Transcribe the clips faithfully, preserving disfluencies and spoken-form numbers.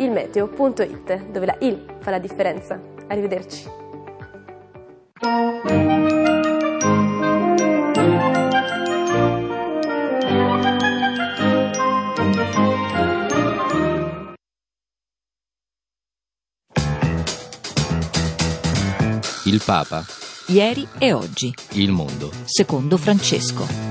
ilmeteo punto it, dove la il fa la differenza. Arrivederci. Il Papa. Ieri e oggi. Il mondo. Secondo Francesco.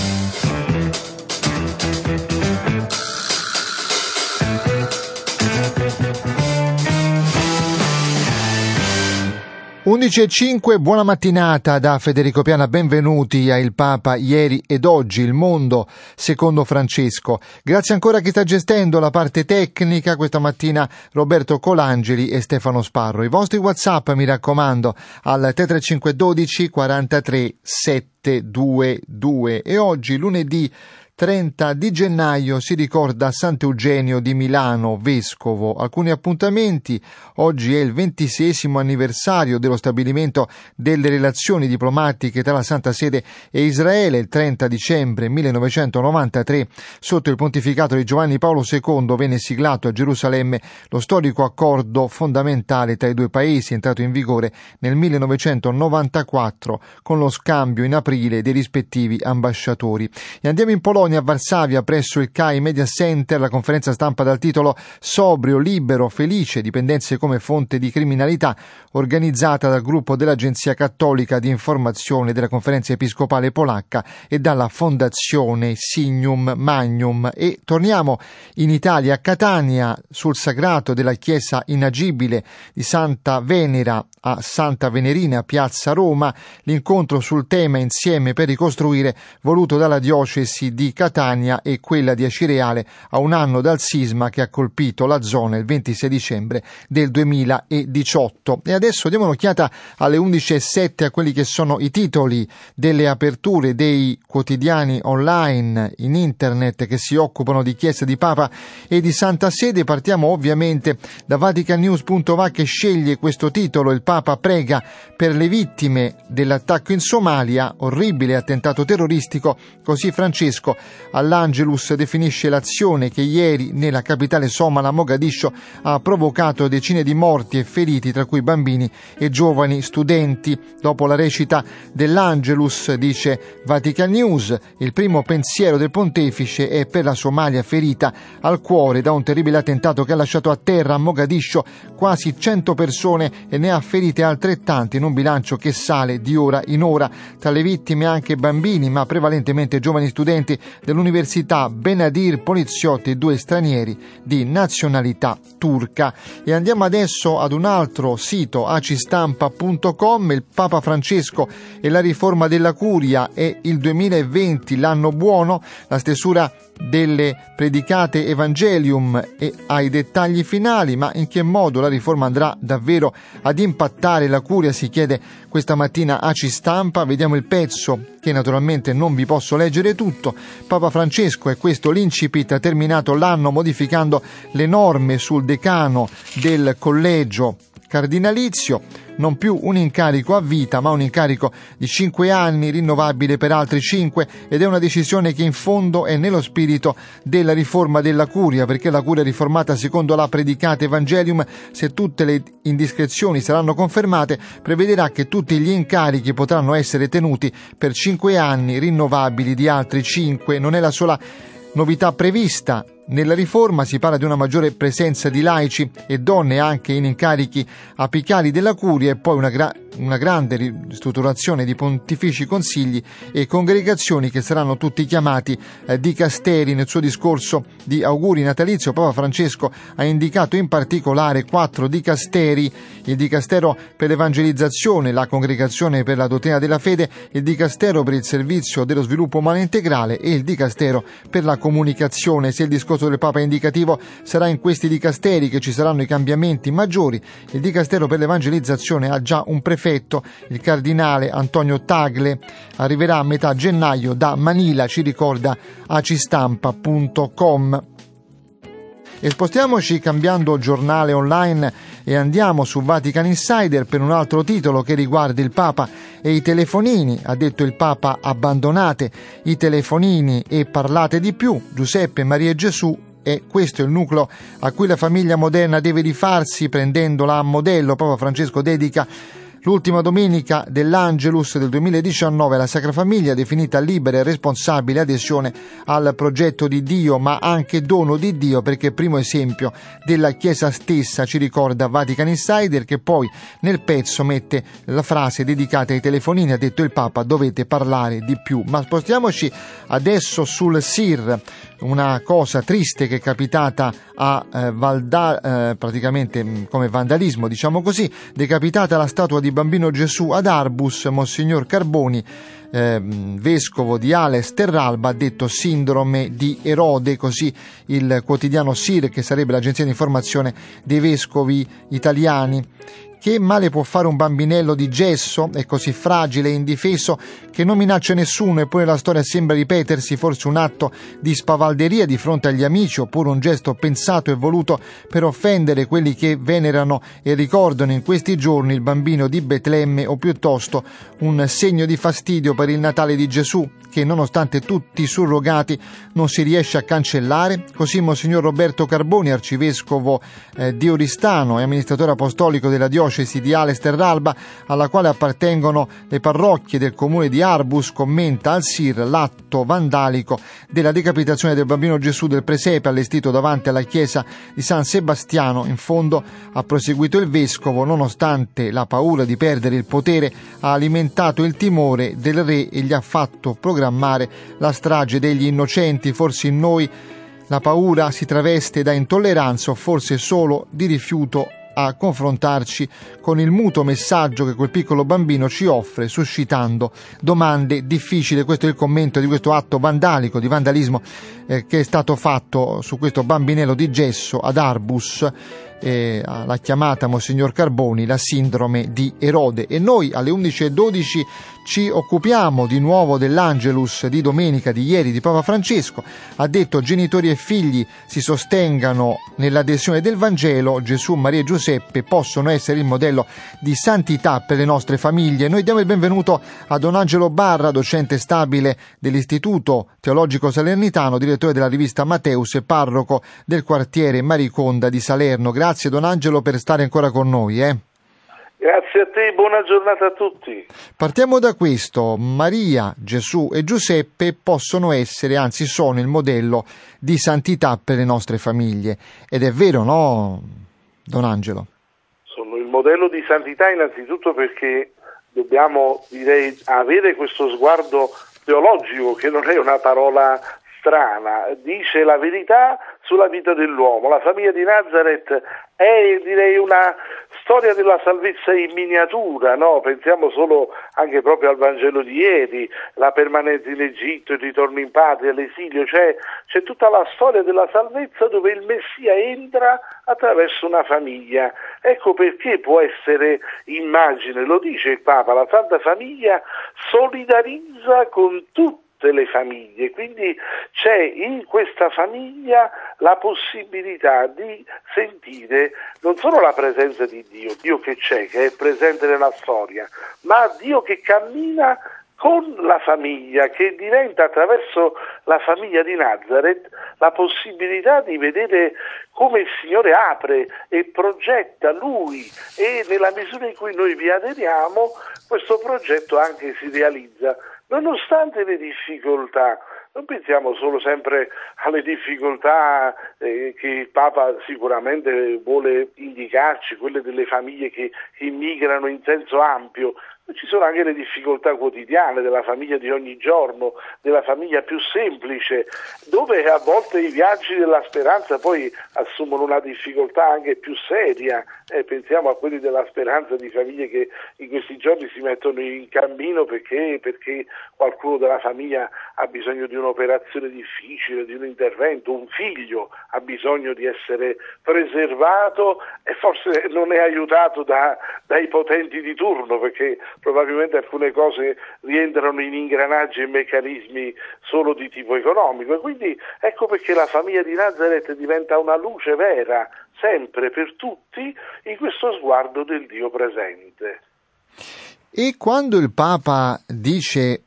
undici e cinque, buona mattinata da Federico Piana, benvenuti a Il Papa Ieri ed Oggi, il mondo secondo Francesco. Grazie ancora a chi sta gestendo la parte tecnica questa mattina, Roberto Colangeli e Stefano Sparro. I vostri WhatsApp, mi raccomando, al tre tre cinque uno due quattro sette due due. E oggi, lunedì trenta di gennaio, si ricorda Sant'Eugenio di Milano, vescovo. Alcuni appuntamenti: oggi è il ventiseiesimo anniversario dello stabilimento delle relazioni diplomatiche tra la Santa Sede e Israele. Il trenta dicembre millenovecentonovantatré, sotto il pontificato di Giovanni Paolo secondo, venne siglato a Gerusalemme lo storico accordo fondamentale tra i due paesi, entrato in vigore nel millenovecentonovantaquattro con lo scambio in aprile dei rispettivi ambasciatori. E andiamo in Polonia, a Varsavia, presso il C A I Media Center, la conferenza stampa dal titolo Sobrio, libero, felice, dipendenze come fonte di criminalità, organizzata dal gruppo dell'Agenzia Cattolica di Informazione della Conferenza Episcopale Polacca e dalla Fondazione Signum Magnum. E torniamo in Italia, a Catania, sul sagrato della chiesa inagibile di Santa Venera a Santa Venerina, piazza Roma, l'incontro sul tema Insieme per ricostruire, voluto dalla diocesi di Catania e quella di Acireale, a un anno dal sisma che ha colpito la zona il ventisei dicembre del duemiladiciotto. E adesso diamo un'occhiata alle undici e sette a quelli che sono i titoli delle aperture dei quotidiani online in internet che si occupano di Chiesa, di Papa e di Santa Sede. Partiamo ovviamente da Vatican News punto va, che sceglie questo titolo: il Papa prega per le vittime dell'attacco in Somalia, orribile attentato terroristico, così Francesco all'Angelus definisce l'azione che ieri nella capitale somala, Mogadiscio, ha provocato decine di morti e feriti, tra cui bambini e giovani studenti. Dopo la recita dell'Angelus, dice Vatican News, il primo pensiero del pontefice è per la Somalia, ferita al cuore da un terribile attentato che ha lasciato a terra a Mogadiscio quasi cento persone e ne ha ferite altrettante, in un bilancio che sale di ora in ora. Tra le vittime anche bambini, ma prevalentemente giovani studenti dell'Università Benadir, poliziotti e due stranieri di nazionalità turca. E andiamo adesso ad un altro sito, acistampa punto com. Il Papa Francesco e la riforma della curia e il duemilaventi, l'anno buono, la stesura delle predicate Evangelium e ai dettagli finali. Ma in che modo la riforma andrà davvero ad impattare la curia, si chiede questa mattina Acistampa. Vediamo il pezzo, che naturalmente non vi posso leggere tutto. Papa Francesco, e questo l'incipit, ha terminato l'anno modificando le norme sul decano del collegio cardinalizio, non più un incarico a vita ma un incarico di cinque anni rinnovabile per altri cinque, ed è una decisione che in fondo è nello spirito della riforma della curia, perché la curia riformata secondo la predicata Evangelium, se tutte le indiscrezioni saranno confermate, prevederà che tutti gli incarichi potranno essere tenuti per cinque anni rinnovabili di altri cinque. Non è la sola novità prevista nella riforma, si parla di una maggiore presenza di laici e donne anche in incarichi apicali della curia, e poi una, gra- una grande ristrutturazione di pontifici consigli e congregazioni che saranno tutti chiamati eh, dicasteri. Nel suo discorso di auguri natalizio, Papa Francesco ha indicato in particolare quattro dicasteri: il dicastero per l'evangelizzazione, la congregazione per la dottrina della fede, il dicastero per il servizio dello sviluppo umano integrale e il dicastero per la comunicazione. Se il discorso del Papa indicativo sarà in questi dicasteri che ci saranno i cambiamenti maggiori. Il dicastero per l'evangelizzazione ha già un prefetto, il cardinale Antonio Tagle, arriverà a metà gennaio da Manila, ci ricorda acistampa punto com. E spostiamoci, cambiando giornale online, e andiamo su Vatican Insider per un altro titolo che riguarda il Papa e i telefonini. Ha detto il Papa: abbandonate i telefonini e parlate di più. Giuseppe, Maria e Gesù e questo è il nucleo a cui la famiglia moderna deve rifarsi, prendendola a modello. Papa Francesco dedica l'ultima domenica dell'Angelus del duemiladiciannove alla Sacra Famiglia, definita libera e responsabile adesione al progetto di Dio, ma anche dono di Dio, perché primo esempio della Chiesa stessa, ci ricorda Vatican Insider, che poi nel pezzo mette la frase dedicata ai telefonini. Ha detto il Papa: dovete parlare di più. Ma spostiamoci adesso sul S I R, una cosa triste che è capitata a eh, Valda, eh, praticamente come vandalismo, diciamo così, decapitata la statua di Bambino Gesù ad Arbus. Monsignor Carboni, eh, vescovo di Ales Terralba, ha detto sindrome di Erode, così il quotidiano S I R, che sarebbe l'agenzia di informazione dei vescovi italiani. Che male può fare un bambinello di gesso? È così fragile e indifeso che non minaccia nessuno, eppure la storia sembra ripetersi. Forse un atto di spavalderia di fronte agli amici, oppure un gesto pensato e voluto per offendere quelli che venerano e ricordano in questi giorni il bambino di Betlemme, o piuttosto un segno di fastidio per il Natale di Gesù, che nonostante tutti i surrogati non si riesce a cancellare? Così Monsignor Roberto Carboni, arcivescovo eh, di Oristano e amministratore apostolico della diocesi di Ales Terralba, alla quale appartengono le parrocchie del comune di Arbus, commenta al S I R l'atto vandalico della decapitazione del Bambino Gesù del presepe allestito davanti alla chiesa di San Sebastiano. In fondo, ha proseguito il vescovo, nonostante la paura di perdere il potere, ha alimentato il timore del re e gli ha fatto programmare la strage degli innocenti. Forse in noi la paura si traveste da intolleranza, o forse solo di rifiuto a confrontarci con il muto messaggio che quel piccolo bambino ci offre, suscitando domande difficili. Questo è il commento di questo atto vandalico, di vandalismo eh, che è stato fatto su questo bambinello di gesso ad Arbus. Eh, l'ha chiamata Monsignor Carboni la sindrome di Erode. E noi alle undici e dodici ci occupiamo di nuovo dell'Angelus di domenica di ieri di Papa Francesco. Ha detto: genitori e figli si sostengano nell'adesione del Vangelo, Gesù, Maria e Giuseppe possono essere il modello di santità per le nostre famiglie. Noi diamo il benvenuto a Don Angelo Barra, docente stabile dell'Istituto Teologico Salernitano, direttore della rivista Matteus e parroco del quartiere Mariconda di Salerno. Grazie Don Angelo per stare ancora con noi. Eh. Grazie a te, buona giornata a tutti. Partiamo da questo: Maria, Gesù e Giuseppe possono essere, anzi sono il modello di santità per le nostre famiglie. Ed è vero, no, Don Angelo? Sono il modello di santità innanzitutto perché dobbiamo, direi, avere questo sguardo teologico, che non è una parola strana, dice la verità sulla vita dell'uomo. La famiglia di Nazareth è, direi, una storia della salvezza in miniatura, no? Pensiamo solo anche proprio al Vangelo di ieri, la permanenza in Egitto, il ritorno in patria, l'esilio, cioè c'è tutta la storia della salvezza dove il Messia entra attraverso una famiglia. Ecco perché può essere immagine, lo dice il Papa, la Santa Famiglia solidarizza con tutti le famiglie, quindi c'è in questa famiglia la possibilità di sentire non solo la presenza di Dio, Dio che c'è, che è presente nella storia, ma Dio che cammina con la famiglia, che diventa attraverso la famiglia di Nazareth la possibilità di vedere come il Signore apre e progetta Lui, e nella misura in cui noi vi aderiamo questo progetto anche si realizza. Nonostante le difficoltà, non pensiamo solo sempre alle difficoltà eh, che il Papa sicuramente vuole indicarci, quelle delle famiglie che immigrano in senso ampio, ma ci sono anche le difficoltà quotidiane della famiglia di ogni giorno, della famiglia più semplice, dove a volte i viaggi della speranza poi assumono una difficoltà anche più seria. Eh, pensiamo a quelli della speranza di famiglie che in questi giorni si mettono in cammino perché, perché qualcuno della famiglia ha bisogno di un'operazione difficile, di un intervento, un figlio ha bisogno di essere preservato e forse non è aiutato da, dai potenti di turno, perché probabilmente alcune cose rientrano in ingranaggi e meccanismi solo di tipo economico, e quindi ecco perché la famiglia di Nazareth diventa una luce vera, sempre per tutti, in questo sguardo del Dio presente. E quando il Papa dice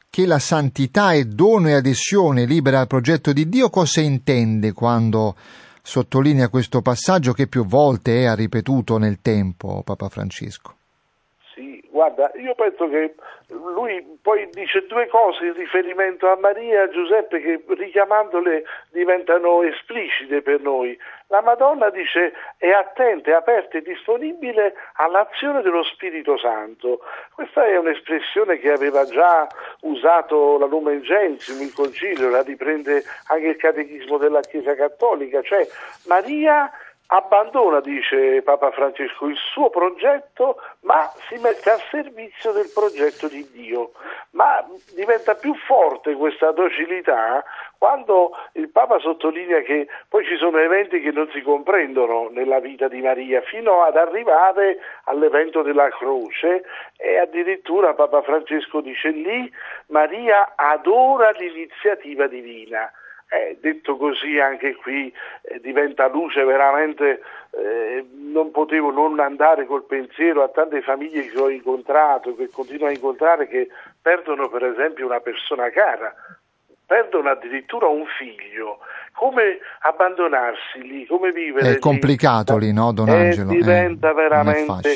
che la santità è dono e adesione libera al progetto di Dio, cosa intende quando sottolinea questo passaggio che più volte ha ripetuto nel tempo Papa Francesco? Sì, guarda, io penso che lui poi dice due cose in riferimento a Maria e Giuseppe che richiamandole diventano esplicite per noi. La Madonna dice è attenta, è aperta e disponibile all'azione dello Spirito Santo. Questa è un'espressione che aveva già usato la Lumen Gentium, il Concilio, la riprende anche il Catechismo della Chiesa Cattolica, cioè Maria abbandona, dice Papa Francesco, il suo progetto, ma si mette al servizio del progetto di Dio. Ma diventa più forte questa docilità quando il Papa sottolinea che poi ci sono eventi che non si comprendono nella vita di Maria, fino ad arrivare all'evento della croce, e addirittura Papa Francesco dice lì Maria adora l'iniziativa divina. Eh, detto così anche qui eh, diventa luce veramente, eh, non potevo non andare col pensiero a tante famiglie che ho incontrato, che continuo a incontrare, che perdono per esempio una persona cara, perdono addirittura un figlio. Come abbandonarsi lì, come vivere è complicato lì, no, Don eh, Angelo? diventa eh, veramente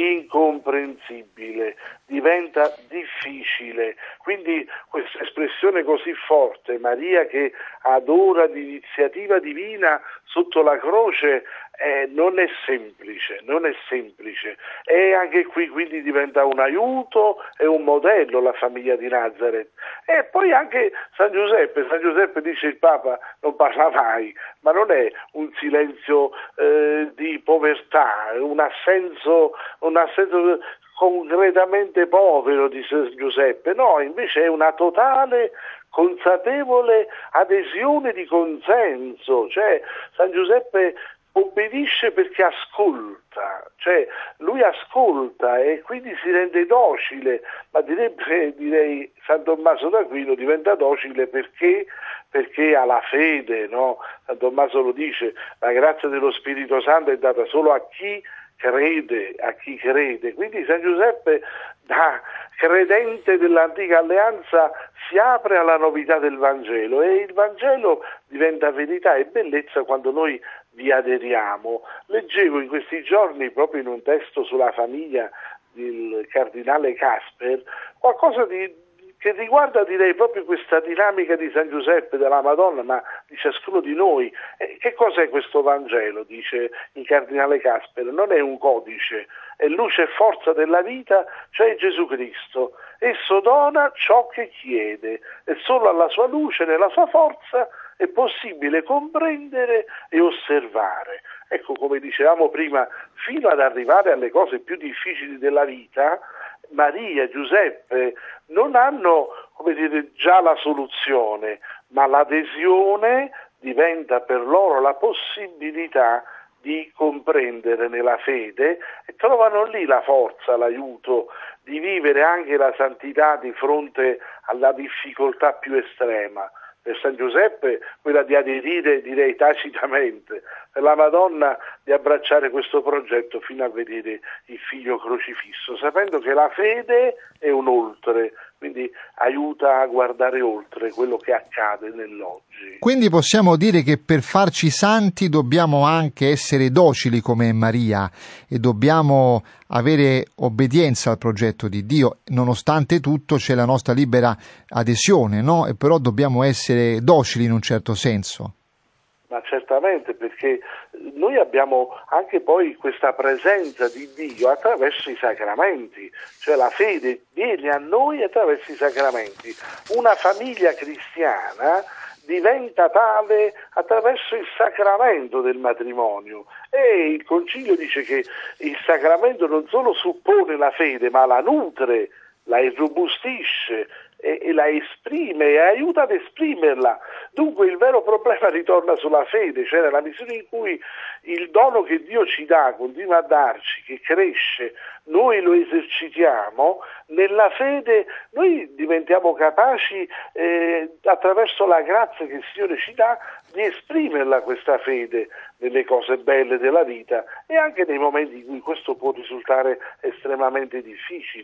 incomprensibile, diventa difficile. Quindi questa espressione così forte, Maria che adora l'iniziativa divina sotto la croce, eh, non è semplice, non è semplice. E anche qui quindi diventa un aiuto e un modello la famiglia di Nazareth. E poi anche San Giuseppe, San Giuseppe dice il Papa non parla mai, ma non è un silenzio eh, di povertà, un assenso, un assenso concretamente povero di San Giuseppe, no, invece è una totale consapevole adesione di consenso, cioè San Giuseppe obbedisce perché ascolta, cioè lui ascolta e quindi si rende docile, ma direbbe, direi San Tommaso d'Aquino diventa docile perché perché ha la fede, no? San Tommaso lo dice, la grazia dello Spirito Santo è data solo a chi crede, a chi crede. Quindi San Giuseppe, da credente dell'antica alleanza, si apre alla novità del Vangelo e il Vangelo diventa verità e bellezza quando noi vi aderiamo. Leggevo in questi giorni, proprio in un testo sulla famiglia del cardinale Casper, qualcosa di che riguarda, direi, proprio questa dinamica di San Giuseppe, della Madonna, ma di ciascuno di noi. Eh, che cos'è questo Vangelo, dice il cardinale Casper? Non è un codice, è luce e forza della vita, cioè Gesù Cristo. Esso dona ciò che chiede e solo alla sua luce, nella sua forza, è possibile comprendere e osservare. Ecco, come dicevamo prima, fino ad arrivare alle cose più difficili della vita, Maria e Giuseppe non hanno, come dire, già la soluzione, ma l'adesione diventa per loro la possibilità di comprendere nella fede e trovano lì la forza, l'aiuto di vivere anche la santità di fronte alla difficoltà più estrema. Per San Giuseppe quella di aderire, direi tacitamente, per la Madonna di abbracciare questo progetto fino a vedere il figlio crocifisso, sapendo che la fede è un oltre, quindi aiuta a guardare oltre quello che accade nell'oggi. Quindi possiamo dire che per farci santi dobbiamo anche essere docili come Maria e dobbiamo avere obbedienza al progetto di Dio. Nonostante tutto c'è la nostra libera adesione, no? E però dobbiamo essere docili in un certo senso. Ma certamente, perché noi abbiamo anche poi questa presenza di Dio attraverso i sacramenti, cioè la fede viene a noi attraverso i sacramenti. Una famiglia cristiana diventa tale attraverso il sacramento del matrimonio e il Concilio dice che il sacramento non solo suppone la fede, ma la nutre, la irrobustisce e, e la esprime e aiuta ad esprimerla. Dunque il vero problema ritorna sulla fede, cioè nella misura in cui il dono che Dio ci dà, continua a darci, che cresce, noi lo esercitiamo, nella fede noi diventiamo capaci, eh, attraverso la grazia che il Signore ci dà, di esprimerla questa fede nelle cose belle della vita e anche nei momenti in cui questo può risultare estremamente difficile.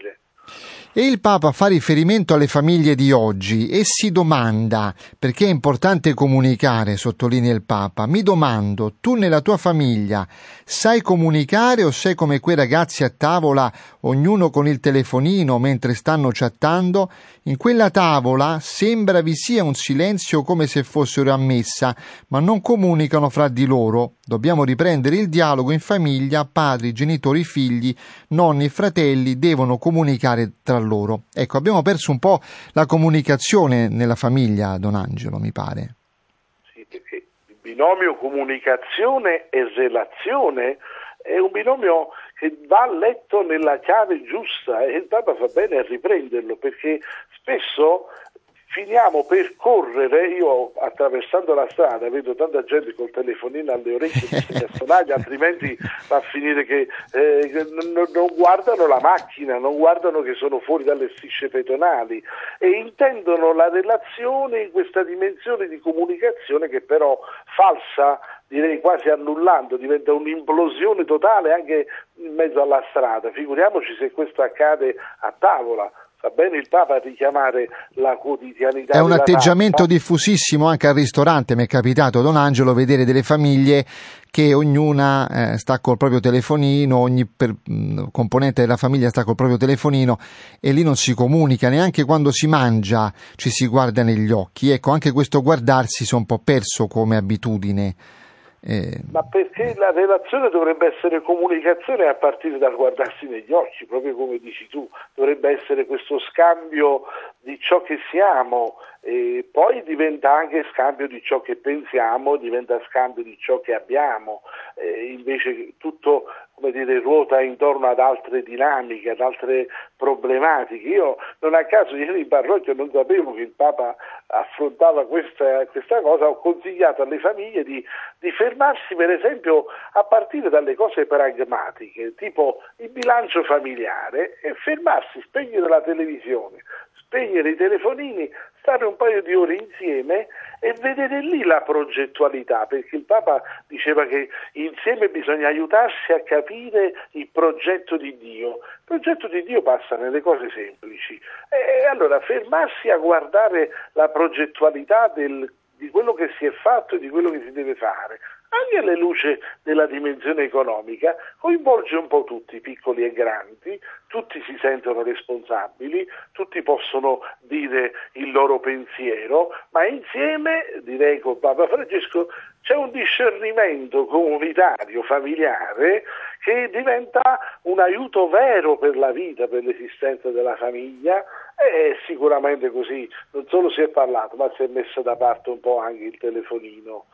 E il Papa fa riferimento alle famiglie di oggi e si domanda, perché è importante comunicare, sottolinea il Papa, mi domando, tu nella tua famiglia sai comunicare o sei come quei ragazzi a tavola, ognuno con il telefonino mentre stanno chattando? In quella tavola sembra vi sia un silenzio come se fossero a messa, ma non comunicano fra di loro. Dobbiamo riprendere il dialogo in famiglia, padri, genitori, figli, nonni, fratelli devono comunicare tra loro. Ecco, abbiamo perso un po' la comunicazione nella famiglia, Don Angelo, mi pare. Sì, perché il binomio comunicazione e relazione è un binomio che va letto nella chiave giusta e il Papa fa bene a riprenderlo, perché spesso finiamo per correre, io attraversando la strada vedo tanta gente col telefonino alle orecchie che si assonaglia, altrimenti va a finire che eh, non, non guardano la macchina, non guardano che sono fuori dalle strisce pedonali e intendono la relazione in questa dimensione di comunicazione che però falsa, direi quasi annullando, diventa un'implosione totale anche in mezzo alla strada. Figuriamoci se questo accade a tavola. Va bene il Papa a richiamare la quotidianità. È un atteggiamento tappa. diffusissimo anche al ristorante. Mi è capitato, Don Angelo, vedere delle famiglie che ognuna eh, sta col proprio telefonino, ogni per, mh, componente della famiglia sta col proprio telefonino e lì non si comunica, neanche quando si mangia ci si guarda negli occhi. Ecco, anche questo guardarsi si è un po' perso come abitudine. Eh, Ma perché la relazione dovrebbe essere comunicazione a partire dal guardarsi negli occhi, proprio come dici tu, dovrebbe essere questo scambio di ciò che siamo e poi diventa anche scambio di ciò che pensiamo, diventa scambio di ciò che abbiamo, e invece tutto, come dire, ruota intorno ad altre dinamiche, ad altre problematiche. Io non a caso ieri in parrocchia non sapevo che il Papa affrontava questa, questa cosa, ho consigliato alle famiglie di, di fermarsi per esempio a partire dalle cose pragmatiche, tipo il bilancio familiare, e fermarsi, spegnere la televisione, spegnere i telefonini, stare un paio di ore insieme e vedere lì la progettualità, perché il Papa diceva che insieme bisogna aiutarsi a capire il progetto di Dio. Il progetto di Dio passa nelle cose semplici e allora fermarsi a guardare la progettualità del, di quello che si è fatto e di quello che si deve fare, anche alla luce della dimensione economica, coinvolge un po' tutti, piccoli e grandi, tutti si sentono responsabili, tutti possono dire il loro pensiero, ma insieme, direi con Papa Francesco, c'è un discernimento comunitario, familiare, che diventa un aiuto vero per la vita, per l'esistenza della famiglia, e sicuramente così non solo si è parlato, ma si è messo da parte un po' anche il telefonino.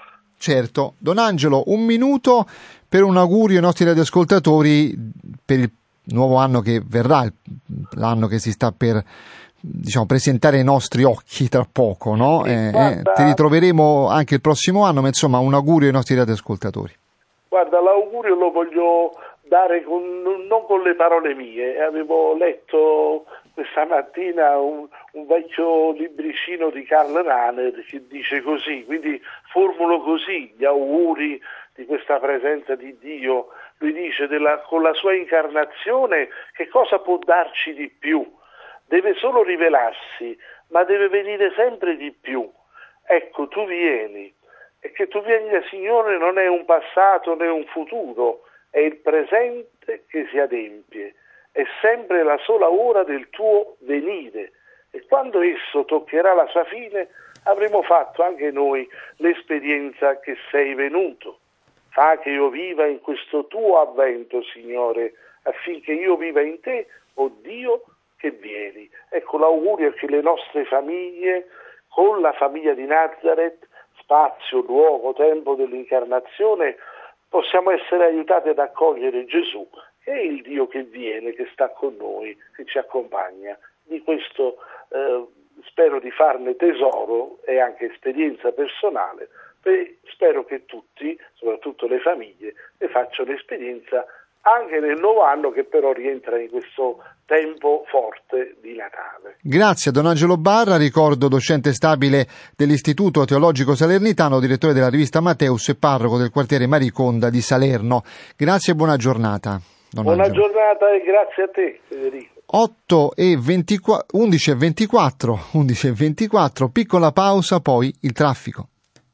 Certo. Don Angelo, un minuto per un augurio ai nostri radioascoltatori per il nuovo anno che verrà, l'anno che si sta per, diciamo, presentare ai nostri occhi tra poco, no? Sì, eh, guarda, eh, ti ritroveremo anche il prossimo anno, ma insomma un augurio ai nostri radioascoltatori. Guarda, l'augurio lo voglio dare con, non con le parole mie, avevo letto questa mattina un, un vecchio libricino di Karl Rahner che dice così, quindi formulo così gli auguri di questa presenza di Dio. Lui dice della, con la sua incarnazione che cosa può darci di più? Deve solo rivelarsi, ma deve venire sempre di più. Ecco, tu vieni, e che tu venga, Signore, non è un passato né un futuro, è il presente che si adempie. È sempre la sola ora del tuo venire e quando esso toccherà la sua fine avremo fatto anche noi l'esperienza che sei venuto. Fa che io viva in questo tuo avvento, Signore, affinché io viva in te, o Dio che vieni. Ecco, l'augurio è che le nostre famiglie, con la famiglia di Nazareth, spazio, luogo, tempo dell'incarnazione, possiamo essere aiutati ad accogliere Gesù, che è il Dio che viene, che sta con noi, che ci accompagna. Di questo eh, spero di farne tesoro e anche esperienza personale, e spero che tutti, soprattutto le famiglie, ne facciano esperienza anche nel nuovo anno che però rientra in questo tempo forte di Natale. Grazie a Don Angelo Barra, ricordo docente stabile dell'Istituto Teologico Salernitano, direttore della rivista Matteus e parroco del quartiere Mariconda di Salerno. Grazie e buona giornata. Don Buona Angelo. giornata e grazie a te, Federico. otto e ventiquattro, undici e ventiquattro, undici e ventiquattro, piccola pausa, poi il traffico.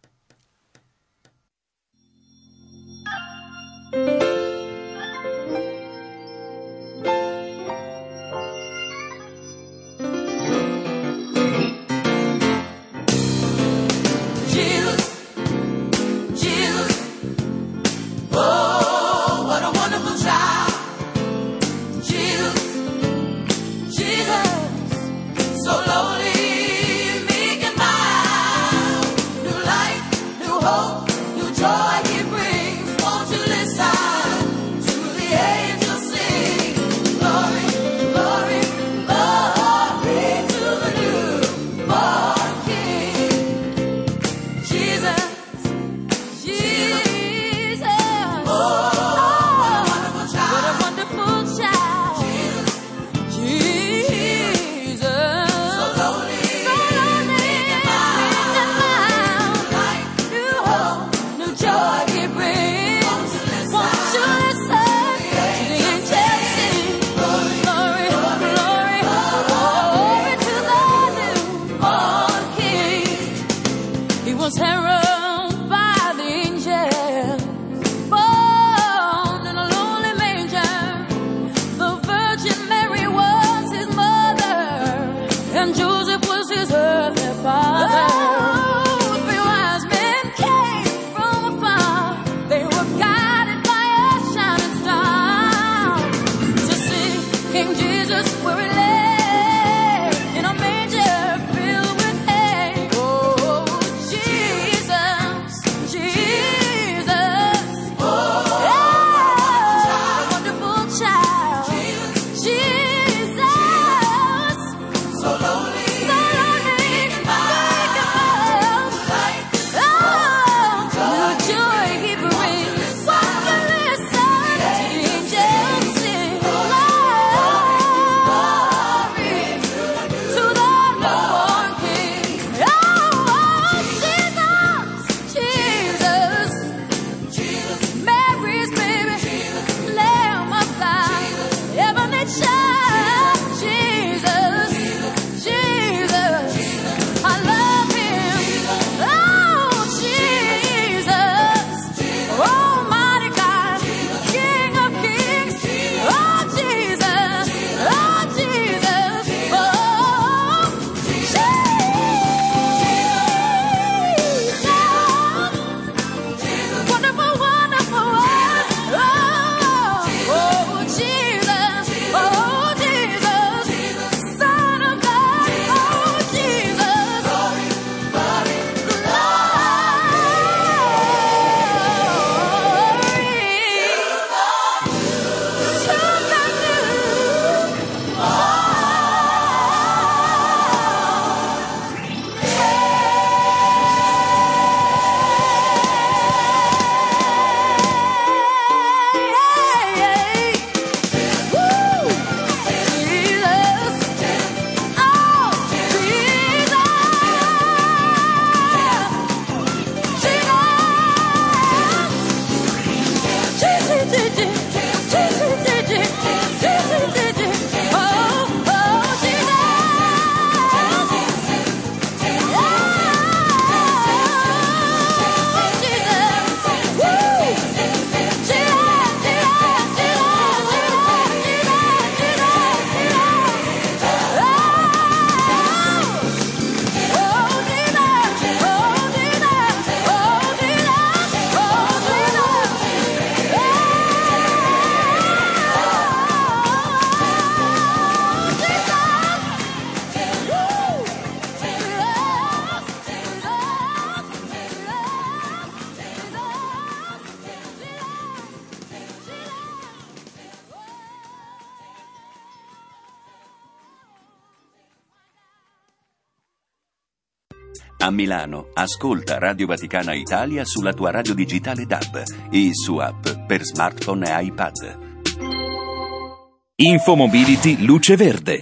A Milano, ascolta Radio Vaticana Italia sulla tua radio digitale D A B e su app per smartphone e iPad. Infomobility Luce Verde.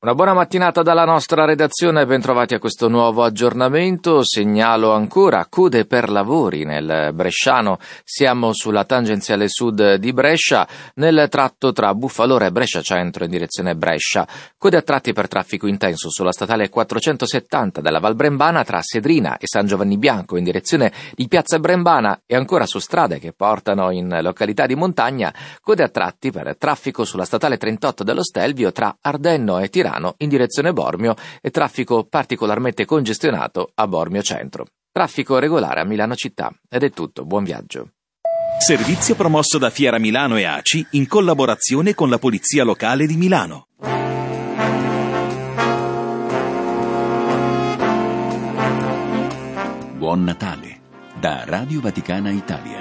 Una buona mattinata dalla nostra redazione, bentrovati a questo nuovo aggiornamento. Segnalo ancora code per lavori nel Bresciano, siamo sulla tangenziale sud di Brescia, nel tratto tra Buffalora e Brescia Centro in direzione Brescia. Code a tratti per traffico intenso sulla statale quattrocentosettanta della Val Brembana tra Sedrina e San Giovanni Bianco in direzione di Piazza Brembana e ancora su strade che portano in località di montagna. Code a tratti per traffico sulla statale trentotto dello Stelvio tra Ardenno e Tirano in direzione Bormio e traffico particolarmente congestionato a Bormio Centro. Traffico regolare a Milano città. Ed è tutto, buon viaggio. Servizio promosso da Fiera Milano e A C I in collaborazione con la Polizia Locale di Milano. Buon Natale da Radio Vaticana Italia.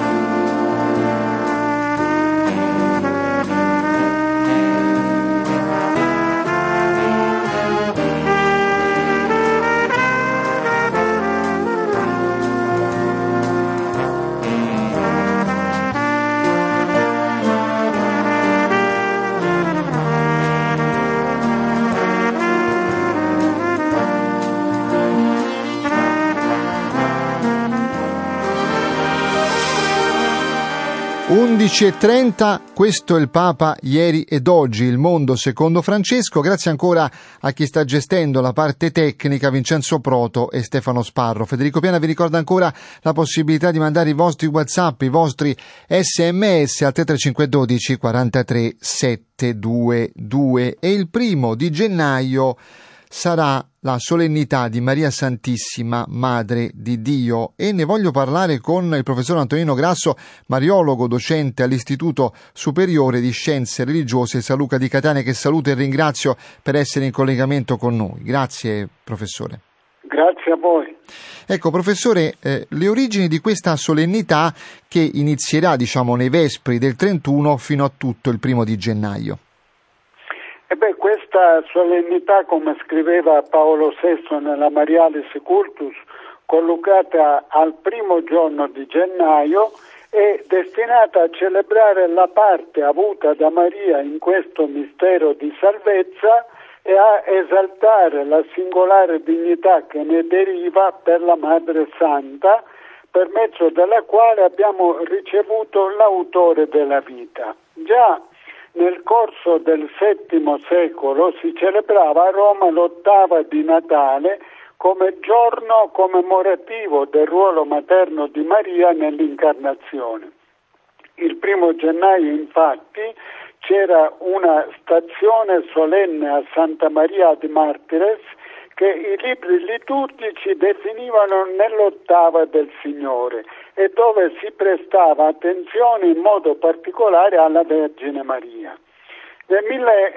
undici e trenta, questo è il Papa ieri ed oggi, il mondo secondo Francesco. Grazie ancora a chi sta gestendo la parte tecnica, Vincenzo Proto e Stefano Sparro. Federico Piana vi ricorda ancora la possibilità di mandare i vostri WhatsApp, i vostri sms al tre tre cinque uno due quarantatré settecentoventidue e il primo di gennaio sarà la solennità di Maria Santissima, Madre di Dio, e ne voglio parlare con il professor Antonino Grasso, mariologo, docente all'Istituto Superiore di Scienze Religiose San Luca di Catania, che saluto e ringrazio per essere in collegamento con noi. Grazie professore. Grazie a voi. Ecco professore, eh, le origini di questa solennità che inizierà diciamo nei vespri del trentuno fino a tutto il primo di gennaio. E beh, questa solennità, come scriveva Paolo sesto nella Marialis Cultus, collocata al primo giorno di gennaio, è destinata a celebrare la parte avuta da Maria in questo mistero di salvezza e a esaltare la singolare dignità che ne deriva per la Madre Santa, per mezzo della quale abbiamo ricevuto l'autore della vita. Già nel corso del settimo secolo si celebrava a Roma l'ottava di Natale come giorno commemorativo del ruolo materno di Maria nell'incarnazione. Il primo gennaio, infatti, c'era una stazione solenne a Santa Maria di Martires che i libri liturgici definivano nell'ottava del Signore e dove si prestava attenzione in modo particolare alla Vergine Maria. Nel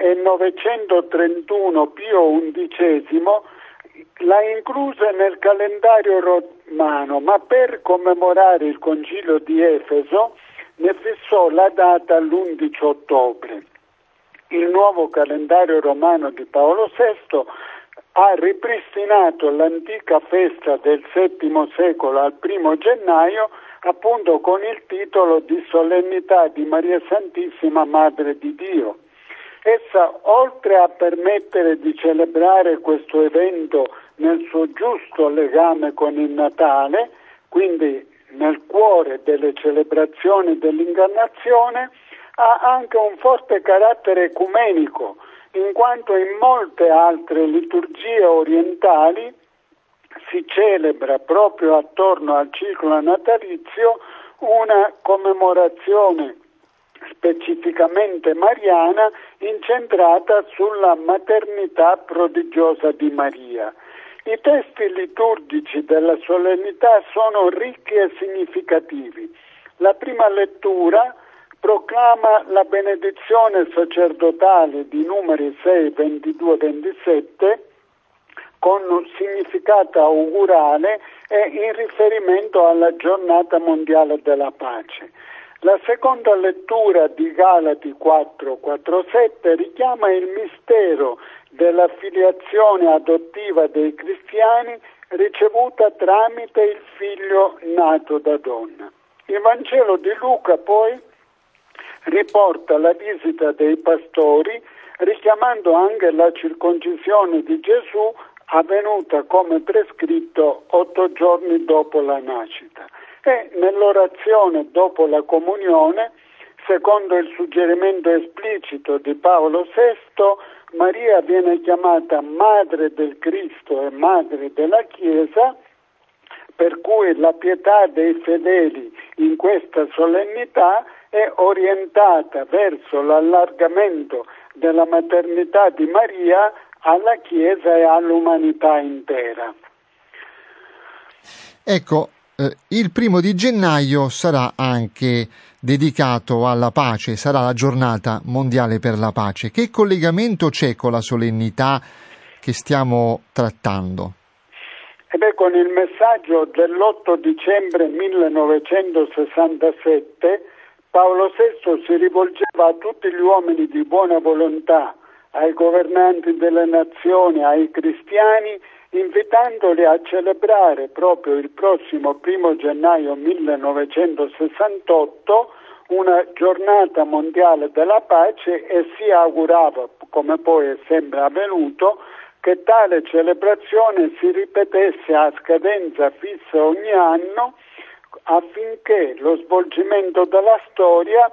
millenovecentotrentuno Pio undicesimo la incluse nel calendario romano, ma per commemorare il Concilio di Efeso ne fissò la data l'undici ottobre. Il nuovo calendario romano di Paolo sesto ha ripristinato l'antica festa del settimo secolo al primo gennaio, appunto con il titolo di Solennità di Maria Santissima, Madre di Dio. Essa, oltre a permettere di celebrare questo evento nel suo giusto legame con il Natale, quindi nel cuore delle celebrazioni dell'Incarnazione, ha anche un forte carattere ecumenico, in quanto in molte altre liturgie orientali si celebra proprio attorno al ciclo natalizio una commemorazione specificamente mariana incentrata sulla maternità prodigiosa di Maria. I testi liturgici della solennità sono ricchi e significativi. La prima lettura proclama la benedizione sacerdotale di Numeri sei, ventidue ventisette con un significato augurale e in riferimento alla giornata mondiale della pace. La seconda lettura di Galati quattro, quattro, sette richiama il mistero della filiazione adottiva dei cristiani ricevuta tramite il figlio nato da donna. Il Vangelo di Luca poi riporta la visita dei pastori richiamando anche la circoncisione di Gesù avvenuta come prescritto otto giorni dopo la nascita. E nell'orazione dopo la comunione, secondo il suggerimento esplicito di Paolo sesto, Maria viene chiamata Madre del Cristo e Madre della Chiesa, per cui la pietà dei fedeli in questa solennità è orientata verso l'allargamento della maternità di Maria alla Chiesa e all'umanità intera. Ecco, eh, il primo di gennaio sarà anche dedicato alla pace, sarà la giornata mondiale per la pace. Che collegamento c'è con la solennità che stiamo trattando? E beh, con il messaggio dell'otto dicembre millenovecentosessantasette, Paolo sesto si rivolgeva a tutti gli uomini di buona volontà, ai governanti delle nazioni, ai cristiani, invitandoli a celebrare proprio il prossimo primo gennaio millenovecentosessantotto una giornata mondiale della pace, e si augurava, come poi è sempre avvenuto, che tale celebrazione si ripetesse a scadenza fissa ogni anno, affinché lo svolgimento della storia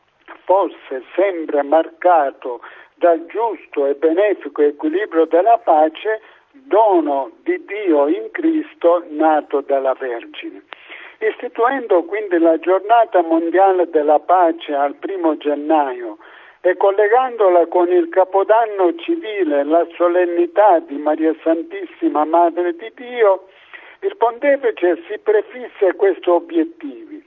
fosse sempre marcato dal giusto e benefico equilibrio della pace, dono di Dio in Cristo nato dalla Vergine. Istituendo quindi la giornata mondiale della pace al primo gennaio e collegandola con il Capodanno civile, la solennità di Maria Santissima Madre di Dio, il Pontefice si prefisse questi obiettivi: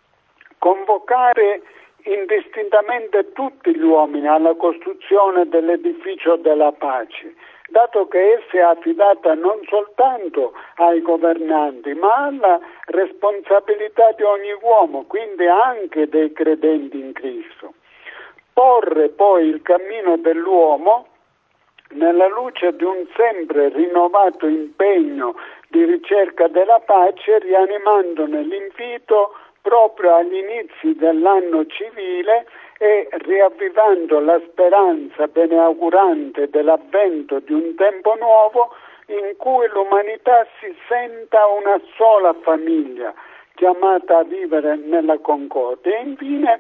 convocare indistintamente tutti gli uomini alla costruzione dell'edificio della pace, dato che essa è affidata non soltanto ai governanti, ma alla responsabilità di ogni uomo, quindi anche dei credenti in Cristo. Porre poi il cammino dell'uomo nella luce di un sempre rinnovato impegno di ricerca della pace, rianimandone l'invito proprio agli inizi dell'anno civile e riavvivando la speranza beneaugurante dell'avvento di un tempo nuovo in cui l'umanità si senta una sola famiglia chiamata a vivere nella concordia. E infine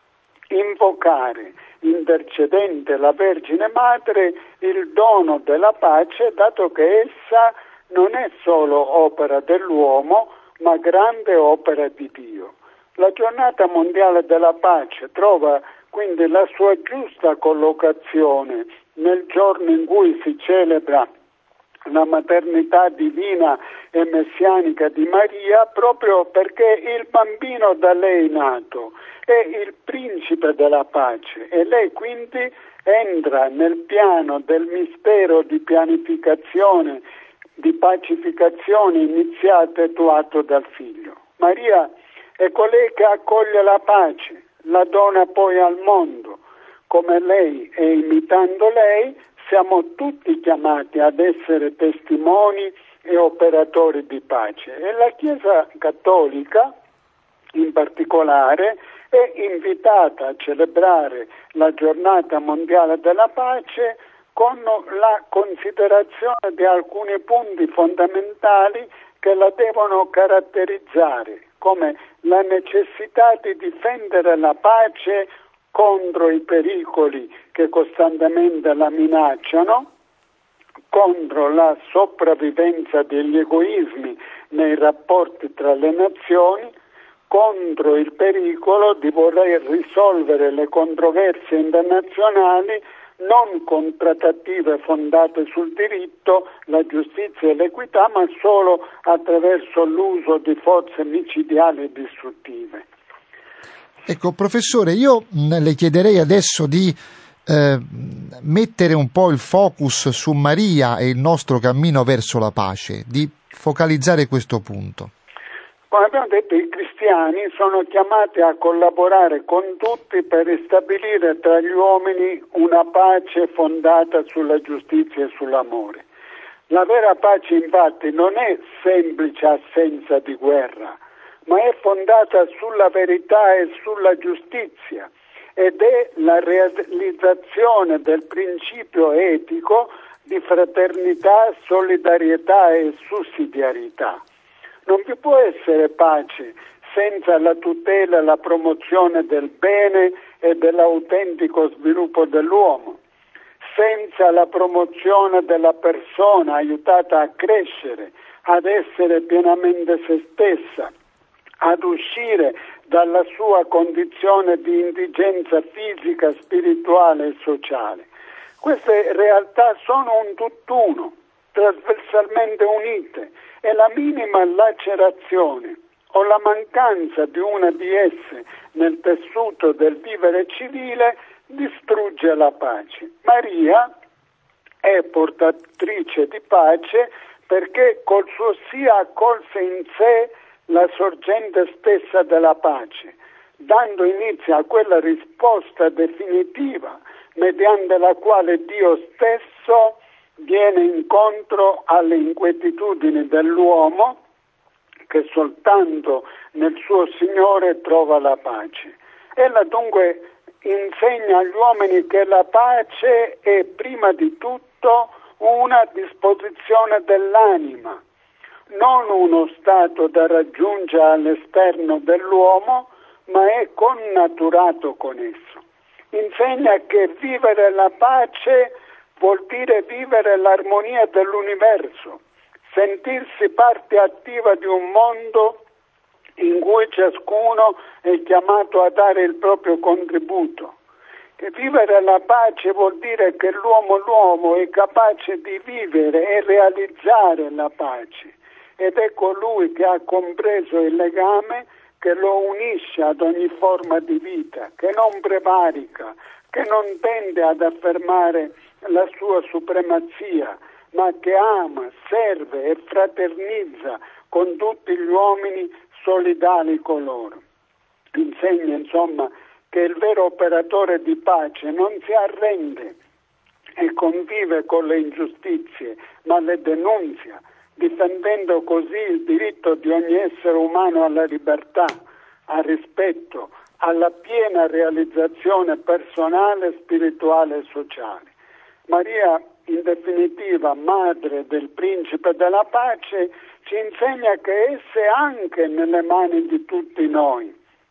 invocare, intercedente la Vergine Madre, il dono della pace, dato che essa non è solo opera dell'uomo, ma grande opera di Dio. La giornata mondiale della pace trova quindi la sua giusta collocazione nel giorno in cui si celebra la maternità divina e messianica di Maria, proprio perché il bambino da lei nato è il principe della pace e lei quindi entra nel piano del mistero di pianificazione, di pacificazione iniziato e attuato dal Figlio. Maria è colei che accoglie la pace, la dona poi al mondo. Come lei e imitando lei siamo tutti chiamati ad essere testimoni e operatori di pace. E la Chiesa Cattolica, in particolare, è invitata a celebrare la giornata mondiale della pace con la considerazione di alcuni punti fondamentali che la devono caratterizzare, come la necessità di difendere la pace contro i pericoli che costantemente la minacciano, contro la sopravvivenza degli egoismi nei rapporti tra le nazioni, contro il pericolo di voler risolvere le controversie internazionali non con trattative fondate sul diritto, la giustizia e l'equità, ma solo attraverso l'uso di forze micidiali e distruttive. Ecco, professore, io le chiederei adesso di eh, mettere un po' il focus su Maria e il nostro cammino verso la pace, di focalizzare questo punto. Come abbiamo detto, i cristiani sono chiamati a collaborare con tutti per ristabilire tra gli uomini una pace fondata sulla giustizia e sull'amore. La vera pace, infatti, non è semplice assenza di guerra, ma è fondata sulla verità e sulla giustizia. ed è la realizzazione del principio etico di fraternità, solidarietà e sussidiarietà. Non vi può essere pace senza la tutela e la promozione del bene e dell'autentico sviluppo dell'uomo, senza la promozione della persona aiutata a crescere, ad essere pienamente se stessa, ad uscire dalla sua condizione di indigenza fisica, spirituale e sociale. Queste realtà sono un tutt'uno, trasversalmente unite, e la minima lacerazione o la mancanza di una di esse nel tessuto del vivere civile distrugge la pace. Maria è portatrice di pace perché col suo sì accolse in sé la sorgente stessa della pace, dando inizio a quella risposta definitiva mediante la quale Dio stesso viene incontro alle inquietudini dell'uomo, che soltanto nel suo Signore trova la pace. Ella dunque insegna agli uomini che la pace è prima di tutto una disposizione dell'anima, non uno stato da raggiungere all'esterno dell'uomo, ma è connaturato con esso. Insegna che vivere la pace vuol dire vivere l'armonia dell'universo, sentirsi parte attiva di un mondo in cui ciascuno è chiamato a dare il proprio contributo. Che vivere la pace vuol dire che l'uomo l'uomo è capace di vivere e realizzare la pace, ed è colui che ha compreso il legame che lo unisce ad ogni forma di vita, che non prevarica, che non tende ad affermare la sua supremazia, ma che ama, serve e fraternizza con tutti gli uomini solidali con loro. Insegna insomma che il vero operatore di pace non si arrende e convive con le ingiustizie, ma le denunzia, difendendo così il diritto di ogni essere umano alla libertà, al rispetto, alla piena realizzazione personale, spirituale e sociale. Maria, in definitiva, madre del principe della pace, ci insegna che essa è anche nelle mani di tutti noi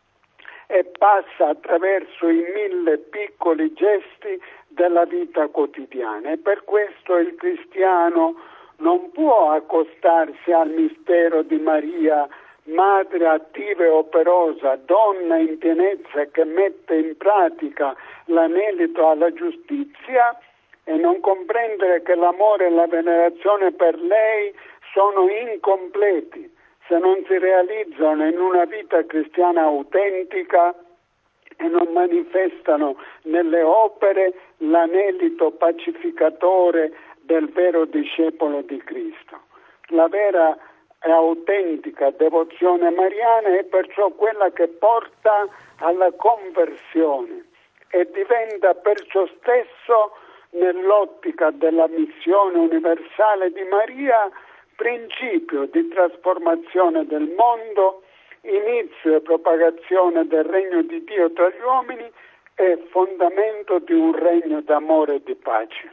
e passa attraverso i mille piccoli gesti della vita quotidiana, e per questo il cristiano non può accostarsi al mistero di Maria, madre attiva e operosa, donna in pienezza che mette in pratica l'anelito alla giustizia, e non comprendere che l'amore e la venerazione per lei sono incompleti se non si realizzano in una vita cristiana autentica e non manifestano nelle opere l'anelito pacificatore del vero discepolo di Cristo. La vera e autentica devozione mariana è perciò quella che porta alla conversione e diventa perciò stesso, nell'ottica della missione universale di Maria, principio di trasformazione del mondo, inizio e propagazione del regno di Dio tra gli uomini e fondamento di un regno d'amore e di pace.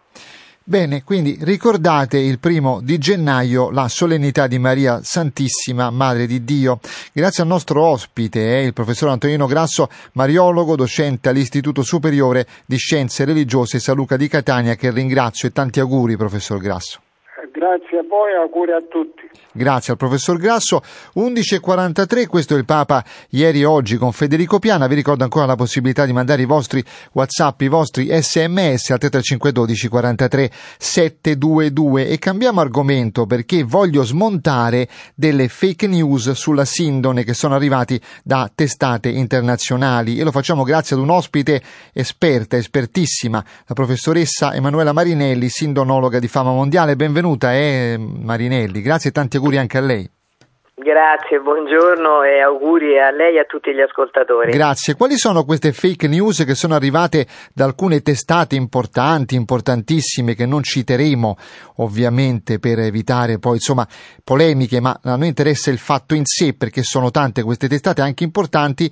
Bene, quindi ricordate il primo di gennaio la solennità di Maria Santissima, Madre di Dio. Grazie al nostro ospite, eh, il professor Antonino Grasso, mariologo, docente all'Istituto Superiore di Scienze Religiose San Luca di Catania, che ringrazio, e tanti auguri, professor Grasso. Grazie a voi, auguri a tutti. Grazie al professor Grasso. undici e quarantatré, questo è il Papa ieri e oggi con Federico Piana. Vi ricordo ancora la possibilità di mandare i vostri WhatsApp, i vostri sms al tre tre cinque uno due quarantatré settecentoventidue, e cambiamo argomento perché voglio smontare delle fake news sulla Sindone che sono arrivati da testate internazionali, e lo facciamo grazie ad un ospite esperta, espertissima, la professoressa Emanuela Marinelli, sindonologa di fama mondiale. Benvenuta eh, Marinelli, grazie e tanti auguri anche a lei. Grazie, buongiorno e auguri a lei e a tutti gli ascoltatori. Grazie. Quali sono queste fake news che sono arrivate da alcune testate importanti, importantissime, che non citeremo ovviamente per evitare poi insomma polemiche, ma a noi interessa il fatto in sé, perché sono tante queste testate anche importanti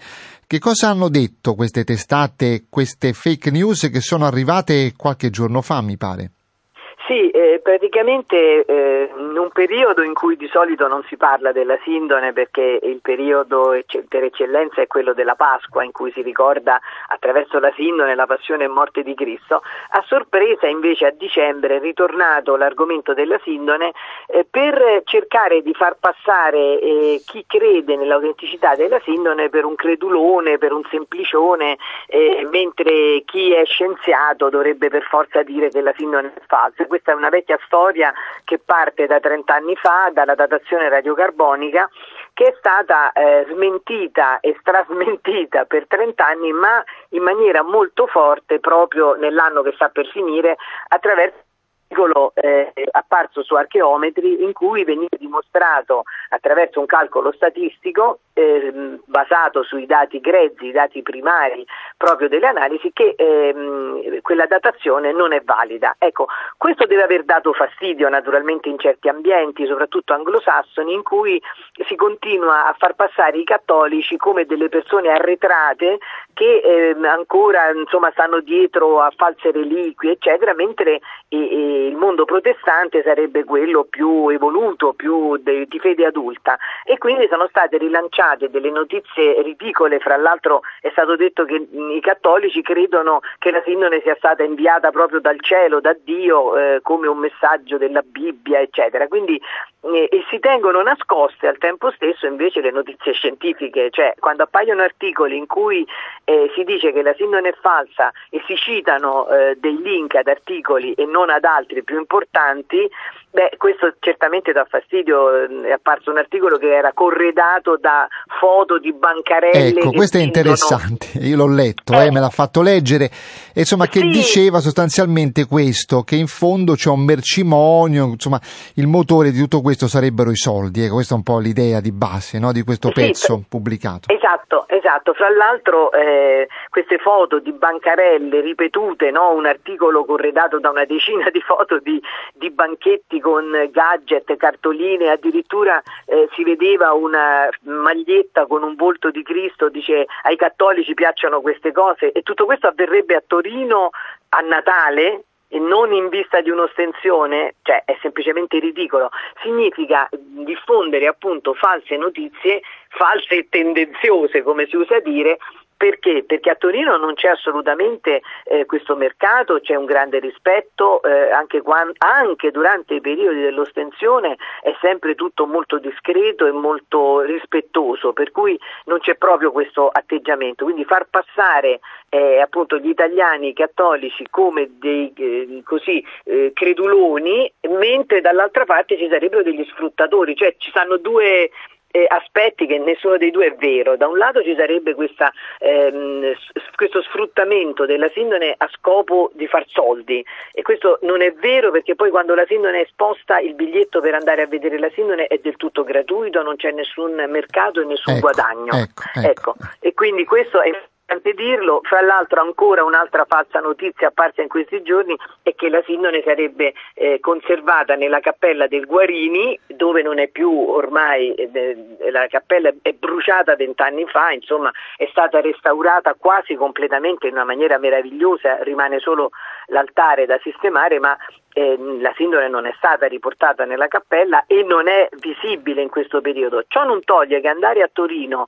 Che cosa hanno detto queste testate, queste fake news che sono arrivate qualche giorno fa, mi pare? Sì, eh, praticamente eh, in un periodo in cui di solito non si parla della sindone, perché il periodo ecce- per eccellenza è quello della Pasqua, in cui si ricorda attraverso la sindone la passione e morte di Cristo, a sorpresa invece a dicembre è ritornato l'argomento della sindone eh, per cercare di far passare eh, chi crede nell'autenticità della sindone per un credulone, per un semplicione, eh, mentre chi è scienziato dovrebbe per forza dire che la sindone è falsa. Questa è una vecchia storia che parte da trent'anni fa, dalla datazione radiocarbonica, che è stata eh, smentita e strasmentita per trent'anni, ma in maniera molto forte proprio nell'anno che sta per finire, attraverso un articolo eh, apparso su Archeometri, in cui veniva dimostrato attraverso un calcolo statistico eh, basato sui dati grezzi, i dati primari proprio delle analisi, che ehm, quella datazione non è valida. Ecco, questo deve aver dato fastidio naturalmente in certi ambienti, soprattutto anglosassoni, in cui si continua a far passare i cattolici come delle persone arretrate che eh, ancora insomma stanno dietro a false reliquie, eccetera, mentre e, e il mondo protestante sarebbe quello più evoluto, più de, di fede adulta. E quindi sono state rilanciate delle notizie ridicole. Fra l'altro è stato detto che mh, i cattolici credono che la sindone sia stata inviata proprio dal cielo, da Dio, eh, come un messaggio della Bibbia, eccetera. Quindi eh, e si tengono nascoste al tempo stesso invece le notizie scientifiche, cioè quando appaiono articoli in cui eh, si dice che la sindone è falsa e si citano eh, dei link ad articoli e non ad altri più importanti, beh, questo certamente dà fastidio. È apparso un articolo che era corredato da foto di bancarelle. Ecco, questo è interessante, io l'ho letto, eh. Eh, me l'ha fatto leggere, e, insomma, che sì. diceva sostanzialmente questo, che in fondo c'è un mercimonio, insomma, il motore di tutto questo sarebbero i soldi. Ecco, questa è un po' l'idea di base, no, di questo pezzo sì, pubblicato. Esatto, esatto. Fra l'altro eh, queste foto di bancarelle ripetute, no, un articolo corredato da una decina di foto di, di banchetti con gadget, cartoline, addirittura eh, si vedeva una maglietta con un volto di Cristo, dice ai cattolici piacciono queste cose, e tutto questo avverrebbe a Torino a Natale e non in vista di un'ostensione, cioè è semplicemente ridicolo. Significa diffondere appunto false notizie, false e tendenziose, come si usa dire. Perché? Perché a Torino non c'è assolutamente eh, questo mercato, c'è un grande rispetto, eh, anche, quando, anche durante i periodi dell'ostensione è sempre tutto molto discreto e molto rispettoso, per cui non c'è proprio questo atteggiamento. Quindi far passare eh, appunto gli italiani cattolici come dei eh, così eh, creduloni, mentre dall'altra parte ci sarebbero degli sfruttatori, cioè ci stanno due Eh, aspetti che nessuno dei due è vero. Da un lato ci sarebbe questa, ehm, s- questo sfruttamento della sindone a scopo di far soldi, e questo non è vero, perché poi quando la sindone è esposta il biglietto per andare a vedere la sindone è del tutto gratuito, non c'è nessun mercato e nessun ecco, guadagno. Ecco, ecco. Ecco. E quindi questo è dirlo. Fra l'altro ancora un'altra falsa notizia apparsa in questi giorni è che la sindone sarebbe eh, conservata nella cappella del Guarini, dove non è più ormai, eh, la cappella è bruciata vent'anni fa, insomma è stata restaurata quasi completamente in una maniera meravigliosa, rimane solo l'altare da sistemare, ma eh, la sindone non è stata riportata nella cappella e non è visibile in questo periodo. Ciò non toglie che andare a Torino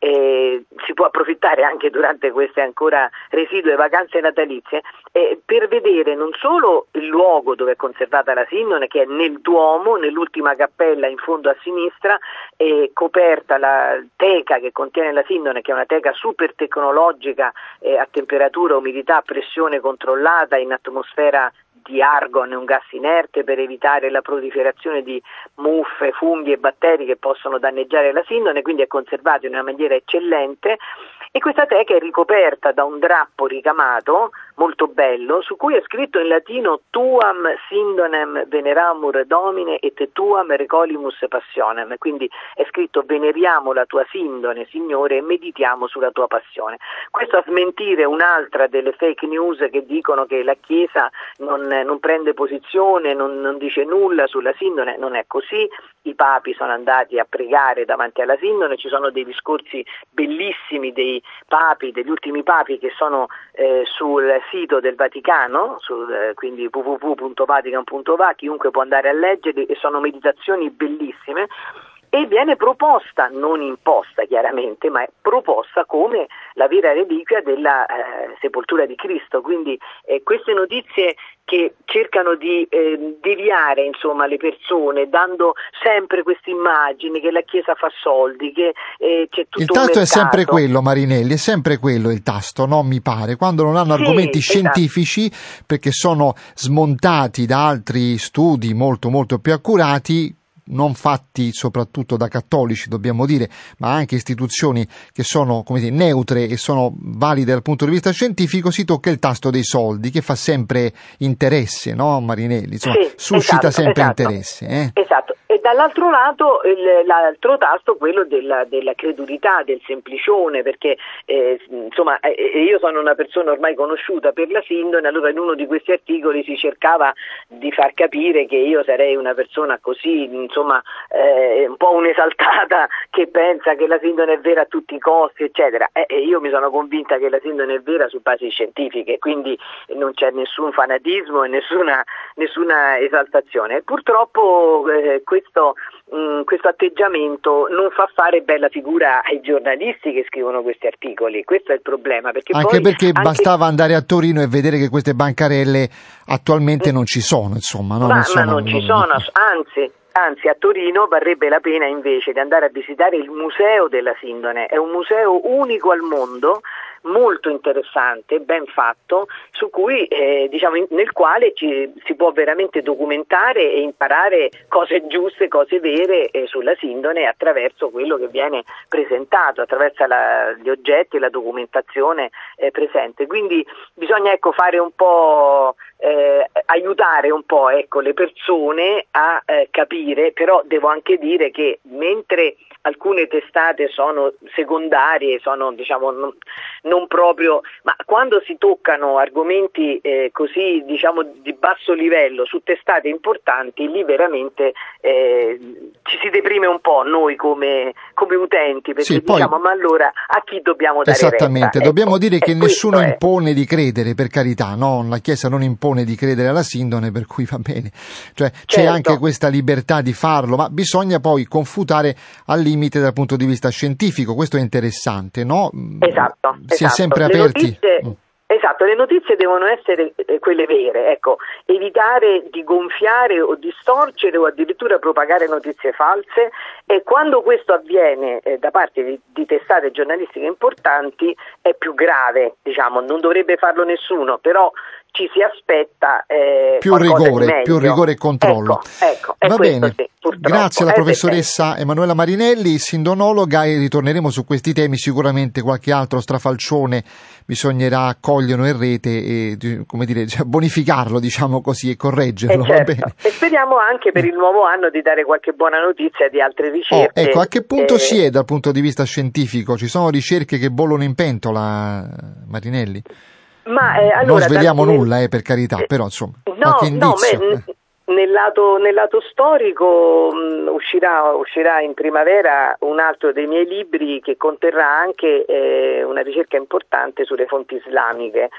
Eh, si può approfittare anche durante queste ancora residue vacanze natalizie eh, per vedere non solo il luogo dove è conservata la sindone, che è nel Duomo, nell'ultima cappella in fondo a sinistra, eh, coperta la teca che contiene la sindone, che è una teca super tecnologica eh, a temperatura, umidità, pressione controllata in atmosfera di argon, un gas inerte, per evitare la proliferazione di muffe, funghi e batteri che possono danneggiare la sindone, quindi è conservato in una maniera eccellente. E questa teca è ricoperta da un drappo ricamato molto bello, su cui è scritto in latino Tuam Sindonem Veneramur Domine et Tuam Recolimus Passionem, quindi è scritto veneriamo la tua sindone, Signore, e meditiamo sulla tua passione. Questo a smentire un'altra delle fake news che dicono che la Chiesa non non prende posizione, non, non dice nulla sulla sindone. Non è così. I papi sono andati a pregare davanti alla sindone, ci sono dei discorsi bellissimi dei papi, degli ultimi papi che sono eh, sul sito del Vaticano, sul, eh, quindi w w w punto vatican punto va, chiunque può andare a leggere, e sono meditazioni bellissime. E viene proposta, non imposta chiaramente, ma è proposta come la vera reliquia della eh, sepoltura di Cristo. Quindi eh, queste notizie che cercano di eh, deviare insomma le persone, dando sempre queste immagini che la Chiesa fa soldi, che eh, c'è tutto il tasto un mercato. È sempre quello, Marinelli, è sempre quello il tasto, no? Mi pare, quando non hanno sì, argomenti esatto. scientifici, perché sono smontati da altri studi molto molto più accurati, non fatti soprattutto da cattolici, dobbiamo dire, ma anche istituzioni che sono, come dire, neutre e sono valide dal punto di vista scientifico, si tocca il tasto dei soldi, che fa sempre interesse, no, Marinelli? Insomma, sì, suscita esatto, sempre esatto. interesse. Eh? Esatto. E dall'altro lato il, l'altro tasto, quello della, della credulità, del semplicione, perché eh, insomma eh, io sono una persona ormai conosciuta per la sindone, allora in uno di questi articoli si cercava di far capire che io sarei una persona così, insomma eh, un po' un'esaltata, che pensa che la sindone è vera a tutti i costi, eccetera. E eh, io mi sono convinta che la sindone è vera su basi scientifiche, quindi non c'è nessun fanatismo e nessuna, nessuna esaltazione. Purtroppo eh, questo, mh, questo atteggiamento non fa fare bella figura ai giornalisti che scrivono questi articoli. Questo è il problema, perché anche poi, perché anche... bastava andare a Torino e vedere che queste bancarelle attualmente non ci sono, insomma, no? ma, non sono, ma non ci non... sono, anzi Anzi, a Torino varrebbe la pena invece di andare a visitare il Museo della Sindone. È un museo unico al mondo, molto interessante, ben fatto, su cui eh, diciamo in, nel quale ci, si può veramente documentare e imparare cose giuste, cose vere eh, sulla Sindone attraverso quello che viene presentato, attraverso la, gli oggetti e la documentazione eh, presente. Quindi bisogna ecco fare un po' Eh, aiutare un po' ecco le persone a eh, capire, però devo anche dire che mentre alcune testate sono secondarie, sono diciamo non, non proprio, ma quando si toccano argomenti eh, così diciamo di basso livello su testate importanti, lì veramente eh, ci si deprime un po' noi come, come utenti, perché sì, diciamo poi... ma allora a chi dobbiamo dare esattamente, retta? dobbiamo ecco, dire che nessuno è. impone di credere, per carità, no? La Chiesa non impone di credere alla sindone, per cui va bene, cioè c'è certo. anche questa libertà di farlo, ma bisogna poi confutare al limite dal punto di vista scientifico. Questo è interessante, no? Esatto, si esatto. è sempre Le aperti notizie... mm. Esatto, le notizie devono essere eh, quelle vere, ecco, evitare di gonfiare o distorcere o addirittura propagare notizie false, e quando questo avviene eh, da parte di, di testate giornalistiche importanti è più grave, diciamo, non dovrebbe farlo nessuno, però ci si aspetta eh, più rigore, più rigore e controllo. Ecco, ecco, Va questo, bene, sì, grazie alla eh, professoressa Emanuela Marinelli, sindonologa, e ritorneremo su questi temi. Sicuramente qualche altro strafalcione bisognerà coglierlo in rete e, come dire, bonificarlo, diciamo così, e correggerlo. Eh certo. Va bene. E speriamo anche per il nuovo anno di dare qualche buona notizia di altre ricerche. Oh, ecco, a che punto eh... si è dal punto di vista scientifico? Ci sono ricerche che bollono in pentola, Marinelli? Ma, eh, allora, non sveliamo da... nulla, eh, per carità, però insomma, no, qualche indizio. No, me, nel, lato, nel lato storico mh, uscirà, uscirà in primavera un altro dei miei libri che conterrà anche eh, una ricerca importante sulle fonti islamiche.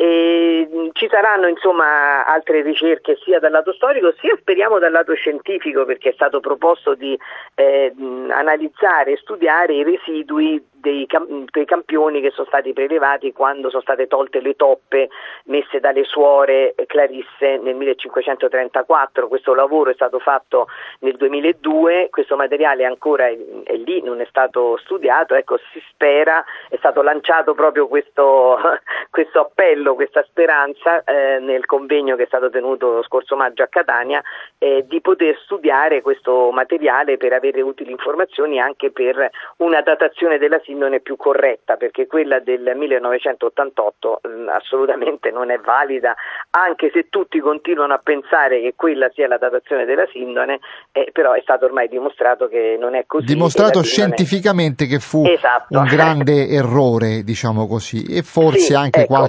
E mh, ci saranno insomma altre ricerche sia dal lato storico sia speriamo dal lato scientifico, perché è stato proposto di eh, mh, analizzare e studiare i residui dei, cam- dei campioni che sono stati prelevati quando sono state tolte le toppe messe dalle suore clarisse nel millecinquecentotrentaquattro. Questo lavoro è stato fatto nel duemiladue, questo materiale ancora è, è lì, non è stato studiato. Ecco, si spera, è stato lanciato proprio questo, questo appello, questa speranza eh, nel convegno che è stato tenuto lo scorso maggio a Catania, eh, di poter studiare questo materiale per avere utili informazioni anche per una datazione della sindone più corretta, perché quella del millenovecentottantotto mh, assolutamente non è valida, anche se tutti continuano a pensare che quella sia la datazione della sindone, eh, però è stato ormai dimostrato che non è così. Dimostrato che scientificamente che fu esatto. un grande errore, diciamo così, e forse sì, anche ecco. qualche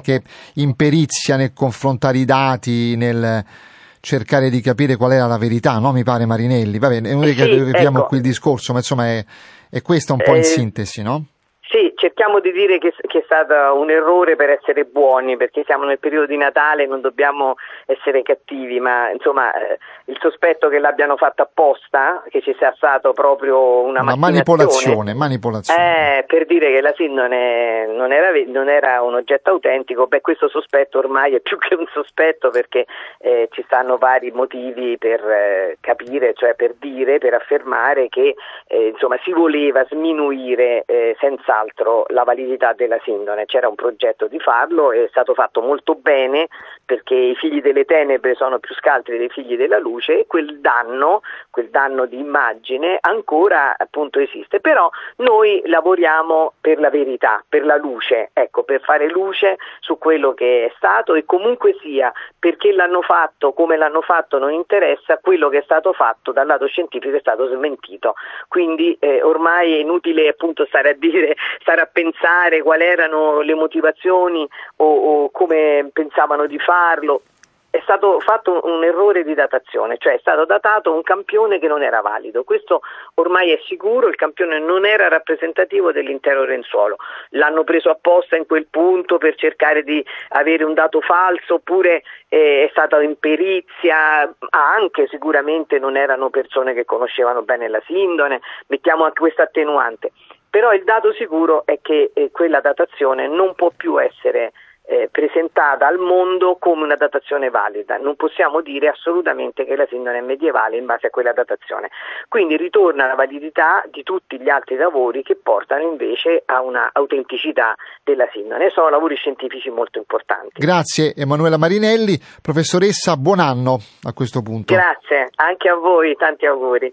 imperizia nel confrontare i dati, nel cercare di capire qual era la verità, no? Mi pare, Marinelli. Va bene, non è che sì, abbiamo ecco. qui il discorso, ma insomma è, è questo un po' eh, in sintesi, no? Sì, cerchiamo di dire che, che è stato un errore per essere buoni, perché siamo nel periodo di Natale e non dobbiamo essere cattivi, ma insomma eh, il sospetto che l'abbiano fatto apposta, che ci sia stato proprio una, una manipolazione, manipolazione. Eh, per dire che la sindone non era, non era un oggetto autentico, beh, questo sospetto ormai è più che un sospetto, perché eh, ci stanno vari motivi per eh, capire, cioè per dire, per affermare che eh, insomma si voleva sminuire eh, senza altro la validità della sindone. C'era un progetto di farlo, è stato fatto molto bene, perché i figli delle tenebre sono più scaltri dei figli della luce, e quel danno, quel danno di immagine ancora appunto esiste. Però noi lavoriamo per la verità, per la luce, ecco, per fare luce su quello che è stato, e comunque sia, perché l'hanno fatto, come l'hanno fatto non interessa, quello che è stato fatto dal lato scientifico è stato smentito. Quindi eh, ormai è inutile appunto stare a dire, stare a pensare quali erano le motivazioni o, o come pensavano di farlo. È stato fatto un errore di datazione, cioè è stato datato un campione che non era valido. Questo ormai è sicuro, il campione non era rappresentativo dell'intero lenzuolo. L'hanno preso apposta in quel punto per cercare di avere un dato falso, oppure eh, è stata imperizia, anche sicuramente non erano persone che conoscevano bene la sindone, mettiamo anche questa attenuante. Però il dato sicuro è che eh, quella datazione non può più essere eh, presentata al mondo come una datazione valida. Non possiamo dire assolutamente che la sindone è medievale in base a quella datazione. Quindi ritorna la validità di tutti gli altri lavori che portano invece a una autenticità della sindone. Sono lavori scientifici molto importanti. Grazie Emanuela Marinelli. Professoressa, buon anno a questo punto. Grazie, anche a voi, tanti auguri.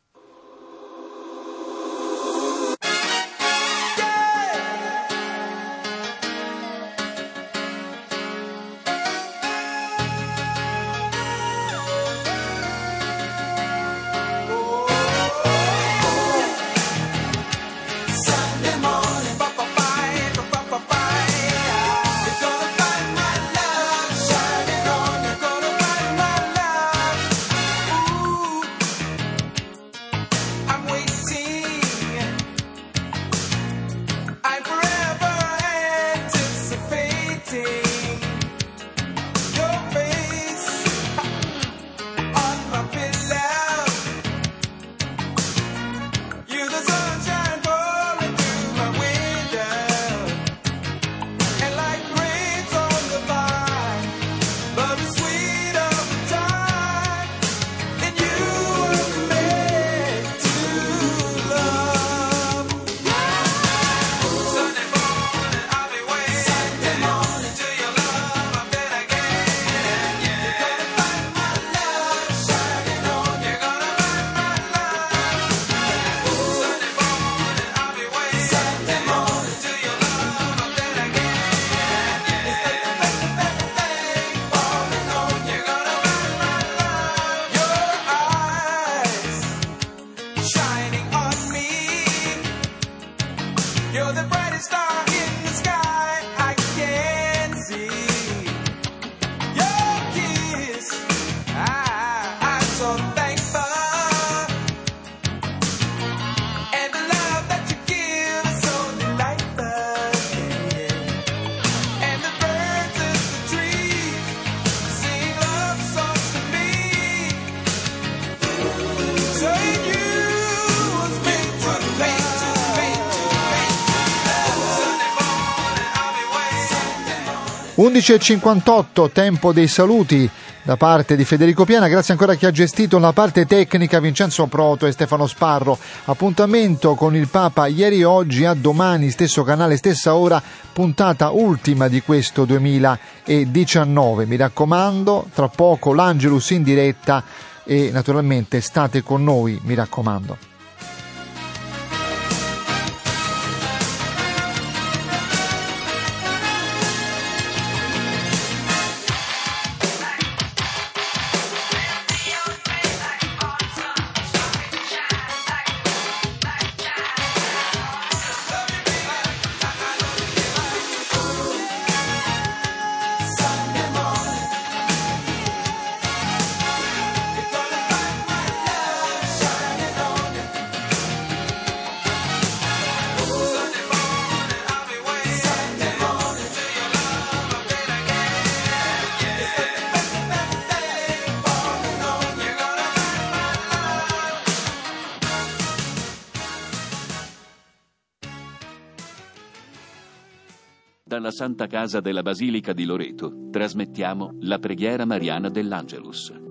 undici e cinquantotto, tempo dei saluti da parte di Federico Piana. Grazie ancora a chi ha gestito la parte tecnica, Vincenzo Proto e Stefano Sparro. Appuntamento con il Papa ieri e oggi, a domani, stesso canale, stessa ora, puntata ultima di questo duemiladiciannove. Mi raccomando, tra poco l'Angelus in diretta e naturalmente state con noi, mi raccomando. Dalla Santa Casa della Basilica di Loreto trasmettiamo la preghiera mariana dell'Angelus.